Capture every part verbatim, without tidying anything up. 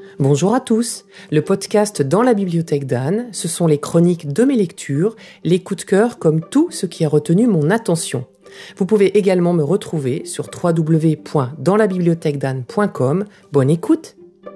Bonjour à tous, le podcast Dans la bibliothèque d'Anne, ce sont les chroniques de mes lectures, les coups de cœur comme tout ce qui a retenu mon attention. Vous pouvez également me retrouver sur w w w point dans la bibliothèque d'anne point com. Bonne écoute!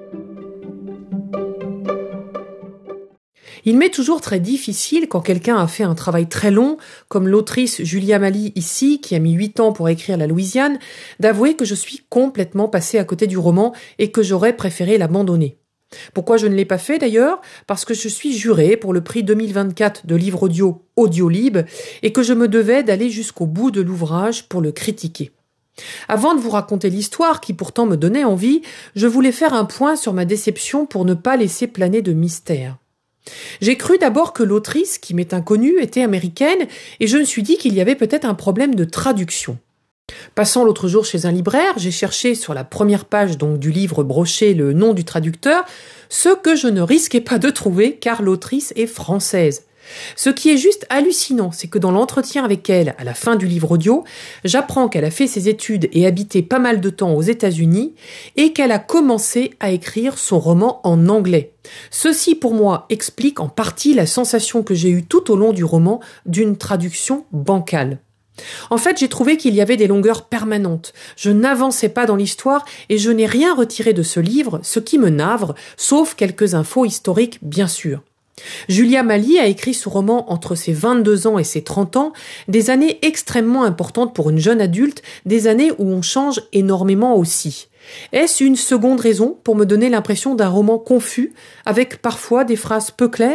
Il m'est toujours très difficile quand quelqu'un a fait un travail très long, comme l'autrice Julia Mali ici, qui a mis huit ans pour écrire La Louisiane, d'avouer que je suis complètement passée à côté du roman et que j'aurais préféré l'abandonner. Pourquoi je ne l'ai pas fait d'ailleurs ? Parce que je suis jurée pour le prix deux mille vingt-quatre de livre audio Audiolib et que je me devais d'aller jusqu'au bout de l'ouvrage pour le critiquer. Avant de vous raconter l'histoire qui pourtant me donnait envie, je voulais faire un point sur ma déception pour ne pas laisser planer de mystère. J'ai cru d'abord que l'autrice, qui m'est inconnue, était américaine et je me suis dit qu'il y avait peut-être un problème de traduction. Passant l'autre jour chez un libraire, j'ai cherché sur la première page donc du livre broché le nom du traducteur, ce que je ne risquais pas de trouver car l'autrice est française. Ce qui est juste hallucinant, c'est que dans l'entretien avec elle, à la fin du livre audio, j'apprends qu'elle a fait ses études et habité pas mal de temps aux États-Unis et qu'elle a commencé à écrire son roman en anglais. Ceci, pour moi, explique en partie la sensation que j'ai eue tout au long du roman d'une traduction bancale. En fait, j'ai trouvé qu'il y avait des longueurs permanentes. Je n'avançais pas dans l'histoire et je n'ai rien retiré de ce livre, ce qui me navre, sauf quelques infos historiques, bien sûr. Julia Mali a écrit ce roman entre ses vingt-deux ans et ses trente ans, des années extrêmement importantes pour une jeune adulte, des années où on change énormément aussi. Est-ce une seconde raison pour me donner l'impression d'un roman confus, avec parfois des phrases peu claires ?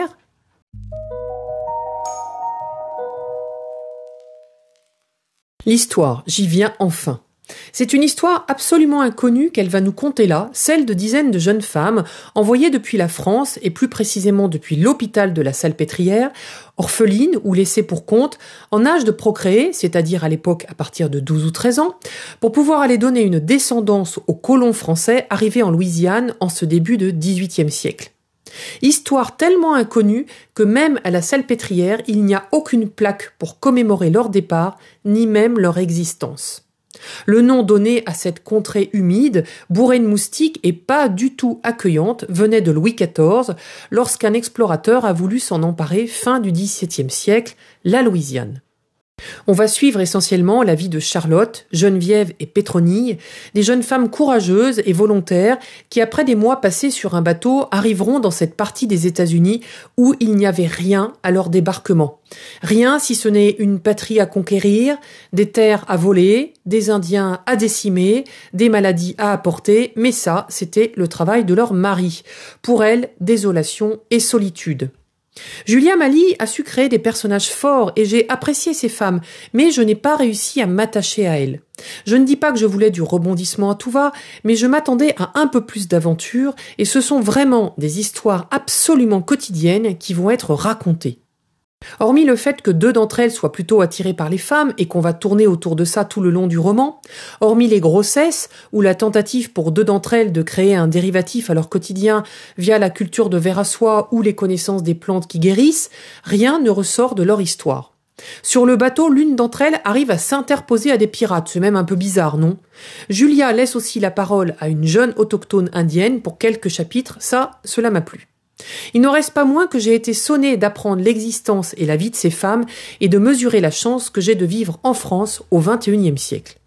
L'histoire, j'y viens enfin. C'est une histoire absolument inconnue qu'elle va nous conter là, celle de dizaines de jeunes femmes envoyées depuis la France et plus précisément depuis l'hôpital de la Salpêtrière, orphelines ou laissées pour compte, en âge de procréer, c'est-à-dire à l'époque à partir de douze ou treize ans, pour pouvoir aller donner une descendance aux colons français arrivés en Louisiane en ce début de dix-huitième siècle. Histoire tellement inconnue que même à la Salpêtrière, il n'y a aucune plaque pour commémorer leur départ, ni même leur existence. Le nom donné à cette contrée humide, bourrée de moustiques et pas du tout accueillante, venait de Louis quatorze, lorsqu'un explorateur a voulu s'en emparer fin du dix-septième siècle, la Louisiane. On va suivre essentiellement la vie de Charlotte, Geneviève et Pétronille, des jeunes femmes courageuses et volontaires qui, après des mois passés sur un bateau, arriveront dans cette partie des États-Unis où il n'y avait rien à leur débarquement. Rien si ce n'est une patrie à conquérir, des terres à voler, des Indiens à décimer, des maladies à apporter, mais ça, c'était le travail de leur mari. Pour elles, désolation et solitude. Julia Mali a su créer des personnages forts et j'ai apprécié ces femmes, mais je n'ai pas réussi à m'attacher à elles. Je ne dis pas que je voulais du rebondissement à tout va, mais je m'attendais à un peu plus d'aventure et ce sont vraiment des histoires absolument quotidiennes qui vont être racontées. Hormis le fait que deux d'entre elles soient plutôt attirées par les femmes et qu'on va tourner autour de ça tout le long du roman, hormis les grossesses ou la tentative pour deux d'entre elles de créer un dérivatif à leur quotidien via la culture de verre à soie ou les connaissances des plantes qui guérissent, rien ne ressort de leur histoire. Sur le bateau, l'une d'entre elles arrive à s'interposer à des pirates, c'est même un peu bizarre, non ? Julia laisse aussi la parole à une jeune autochtone indienne pour quelques chapitres, ça, cela m'a plu. Il n'en reste pas moins que j'ai été sonnée d'apprendre l'existence et la vie de ces femmes et de mesurer la chance que j'ai de vivre en France au vingt et unième siècle.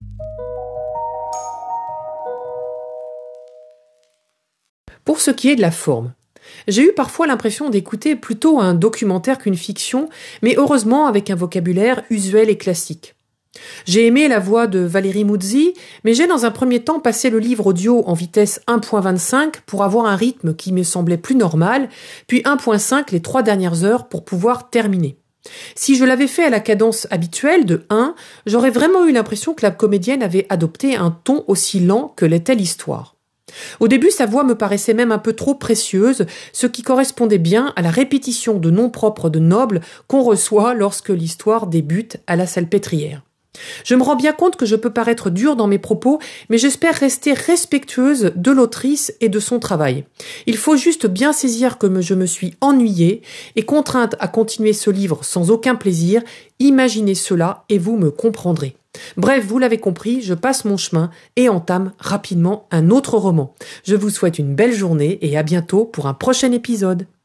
Pour ce qui est de la forme, j'ai eu parfois l'impression d'écouter plutôt un documentaire qu'une fiction, mais heureusement avec un vocabulaire usuel et classique. J'ai aimé la voix de Valérie Mouzi, mais j'ai dans un premier temps passé le livre audio en vitesse un point vingt-cinq pour avoir un rythme qui me semblait plus normal, puis un point cinq les trois dernières heures pour pouvoir terminer. Si je l'avais fait à la cadence habituelle de un, j'aurais vraiment eu l'impression que la comédienne avait adopté un ton aussi lent que l'était l'histoire. Au début, sa voix me paraissait même un peu trop précieuse, ce qui correspondait bien à la répétition de noms propres de nobles qu'on reçoit lorsque l'histoire débute à la Salpêtrière. Je me rends bien compte que je peux paraître dure dans mes propos, mais j'espère rester respectueuse de l'autrice et de son travail. Il faut juste bien saisir que je me suis ennuyée et contrainte à continuer ce livre sans aucun plaisir. Imaginez cela et vous me comprendrez. Bref, vous l'avez compris, je passe mon chemin et entame rapidement un autre roman. Je vous souhaite une belle journée et à bientôt pour un prochain épisode.